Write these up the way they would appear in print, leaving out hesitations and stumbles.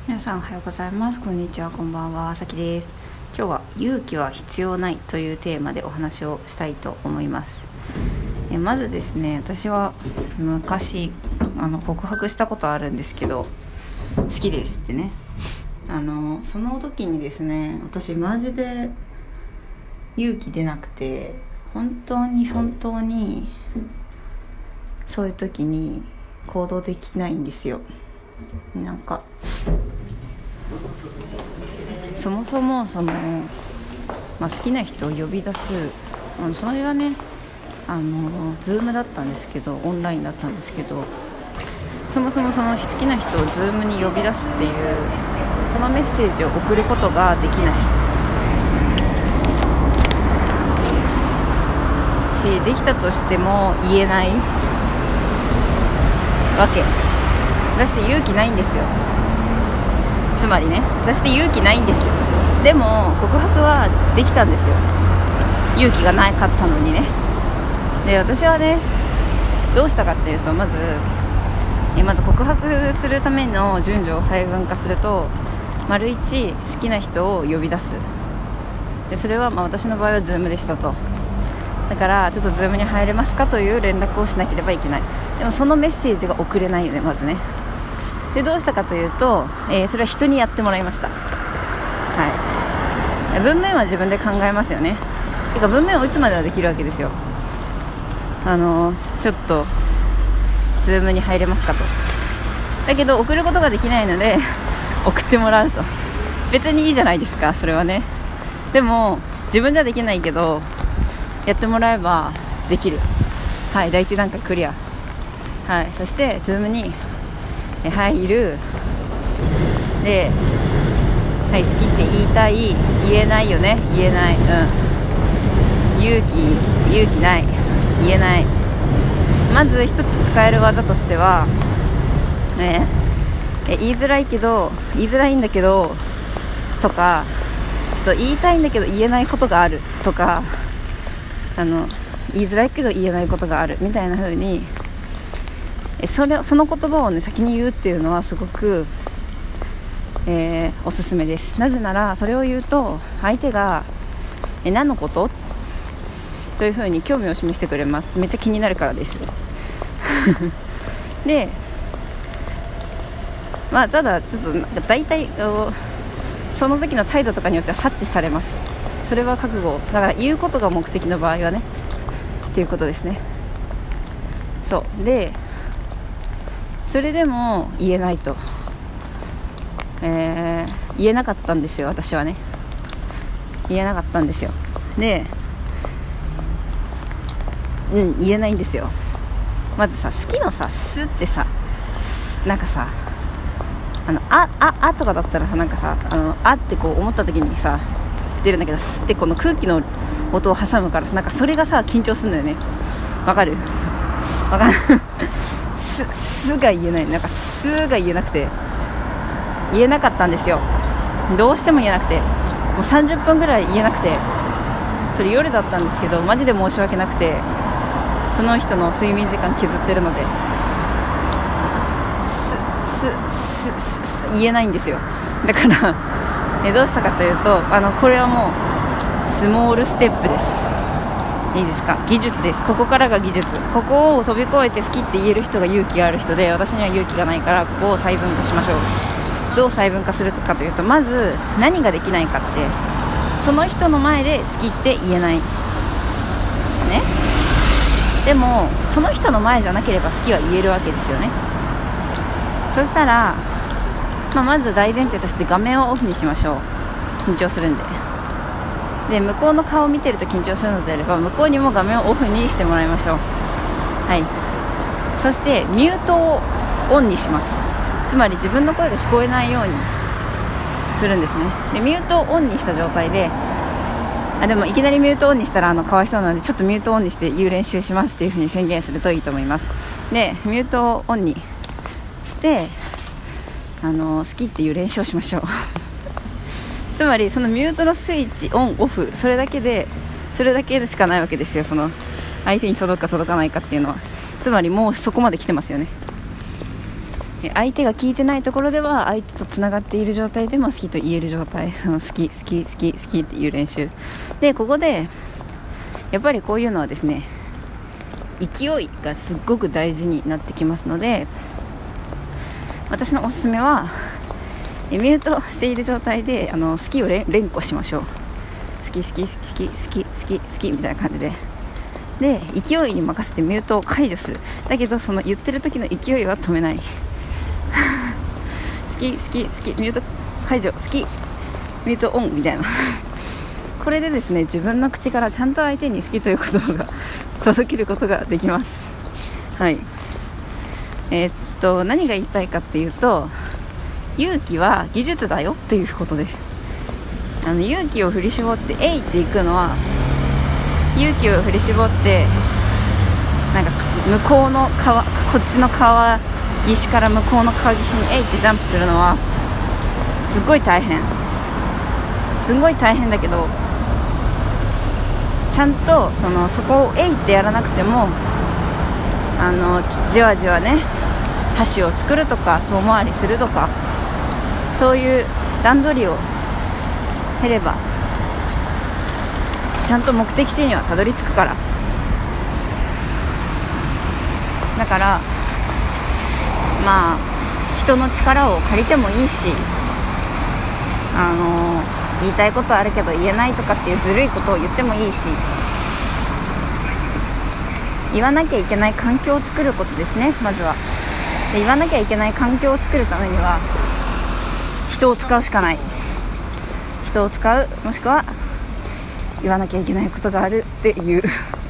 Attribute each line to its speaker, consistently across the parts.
Speaker 1: 皆さんおはようございます。こんにちは、こんばんは、さきです。今日は勇気は必要ないというテーマでお話をしたいと思います。まずですね、私は昔告白したことあるんですけど、好きですってね。その時にですね、私マジで勇気出なくて、本当にそういう時に行動できないんですよ。なんかそもそも好きな人を呼び出す、それはねZoom だったんですけど、オンラインだったんですけど、そもそもその好きな人を Zoom に呼び出すっていうそのメッセージを送ることができないし、できたとしても言えないわけ。私って勇気ないんですよ。つまりね、私って勇気ないんですよ。でも告白はできたんですよ。勇気がなかったのにね。で、私はね、どうしたかっていうと、まず告白するための順序を細分化すると、丸1、好きな人を呼び出す。でそれは私の場合は Zoom でしたと。だからちょっと Zoom に入れますかという連絡をしなければいけない。でもそのメッセージが送れないよね、まずね。でどうしたかというと、それは人にやってもらいました。文面は自分で考えますよね。てか文面を打つまではできるわけですよ。ちょっと Zoom に入れますかと。だけど送ることができないので送ってもらうと。別にいいじゃないですか、それはね。でも自分じゃできないけどやってもらえばできる。第一段階クリア。そして Zoom に入る。で、好きって言いたい。言えないよね。言えない。勇気ない。言えない。まず一つ使える技としては、言いづらいんだけどとか、ちょっと言いたいんだけど言えないことがあるとか、言いづらいけど言えないことがあるみたいな風に、その言葉をね先に言うっていうのはすごく、おすすめです。なぜならそれを言うと相手が何のことというふうに興味を示してくれます。めっちゃ気になるからですで、ただちょっと大体その時の態度とかによっては察知されます。それは覚悟だから、言うことが目的の場合はねっていうことですね。そうで、それでも言えないと、言えなかったんですよ。私はね言えなかったんですよ。で、言えないんですよ。まず好きのすってなんかあとかだったらあってこう思った時に出るんだけど、すってこの空気の音を挟むからそれが緊張するんだよね。わかるすが言えない。すが言えなくて、言えなかったんですよ。どうしても言えなくて、もう30分ぐらい言えなくて、それ夜だったんですけど、マジで申し訳なくて、その人の睡眠時間削ってるので言えないんですよ。だからどうしたかというと、これはもうスモールステップです。いいですか、技術です。ここからが技術。ここを飛び越えて好きって言える人が勇気がある人で、私には勇気がないから、ここを細分化しましょう。どう細分化するかというと、まず何ができないかって、その人の前で好きって言えないね。でもその人の前じゃなければ好きは言えるわけですよね。そしたら、まず大前提として画面をオフにしましょう。緊張するんで。で、向こうの顔を見てると緊張するのであれば、向こうにも画面をオフにしてもらいましょう。そしてミュートをオンにします。つまり自分の声が聞こえないようにするんですね。で、ミュートをオンにした状態で、でもいきなりミュートオンにしたらかわいそうなので、ちょっとミュートオンにして言う練習しますっていう風に宣言するといいと思います。で、ミュートをオンにして好きっていう練習をしましょうつまりそのミュートのスイッチオンオフ、それだけでしかないわけですよ。その相手に届くか届かないかっていうのは。つまりもうそこまで来てますよね。 相手が聞いてないところでは相手とつながっている状態でも好きと言える状態、好き好き好き好きっていう練習で、ここでやっぱりこういうのはですね、勢いがすっごく大事になってきますので、私のおすすめはミュートしている状態で好きを連呼しましょう。好き好き好き好き好き好きみたいな感じで、勢いに任せてミュートを解除する。だけどその言ってる時の勢いは止めない好き好き好きミュート解除、好きミュートオンみたいなこれでですね、自分の口からちゃんと相手に好きという言葉が届けることができます。はい。何が言いたいかっていうと、勇気は技術だよっていうことで、勇気を振り絞ってえいっていくのは、勇気を振り絞ってなんか向こうの川、こっちの川岸から向こうの川岸にえいってジャンプするのはすごい大変だけど、ちゃんとそこをえいってやらなくてもじわじわね、橋を作るとか遠回りするとか、そういう段取りを経ればちゃんと目的地にはたどり着くから。だからまあ人の力を借りてもいいし、言いたいことあるけど言えないとかっていうずるいことを言ってもいいし、言わなきゃいけない環境を作ることですね。まずはで、言わなきゃいけない環境を作るためには人を使うしかない。人を使う、もしくは言わなきゃいけないことがあるっていう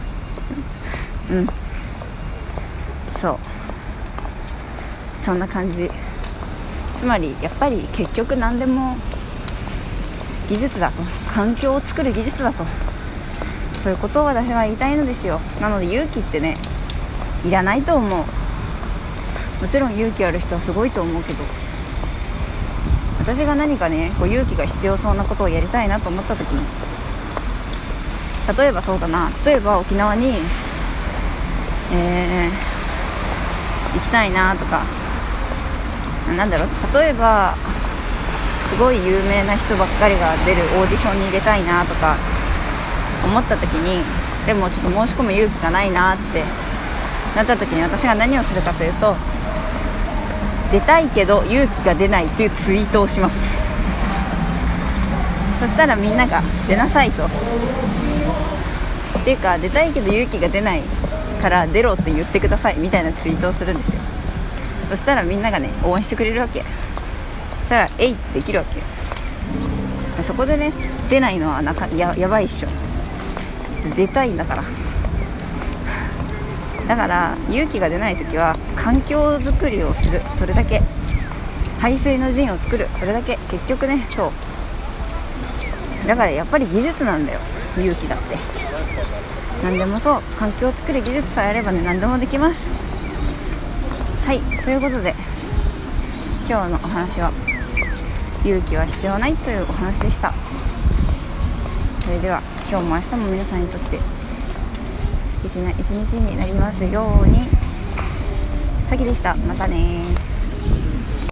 Speaker 1: そんな感じ。つまりやっぱり結局何でも技術だと、環境を作る技術だと、そういうことを私は言いたいのですよ。なので勇気ってね、いらないと思う。もちろん勇気ある人はすごいと思うけど、私が何かね、こう勇気が必要そうなことをやりたいなと思った時に、例えば沖縄に、行きたいなとか、例えばすごい有名な人ばっかりが出るオーディションに出たいなとか思った時に、でもちょっと申し込む勇気がないなってなった時に、私が何をするかというと、出たいけど勇気が出ないっていうツイートをします。そしたらみんなが出なさいと、っていうか出たいけど勇気が出ないから出ろって言ってくださいみたいなツイートをするんですよ。そしたらみんながね、応援してくれるわけ。そしたらえいってできるわけ。そこでね、出ないのはやばいっしょ。出たいんだから。だから勇気が出ないときは環境づくりをする、それだけ。排水の陣を作る、それだけ。結局ね、そうだからやっぱり技術なんだよ、勇気だって。何でもそう、環境を作る技術さえあればね、何でもできます。はい、ということで今日のお話は勇気は必要ないというお話でした。それでは今日も明日も皆さんにとって素敵な一日になりますように。さきでした。またね。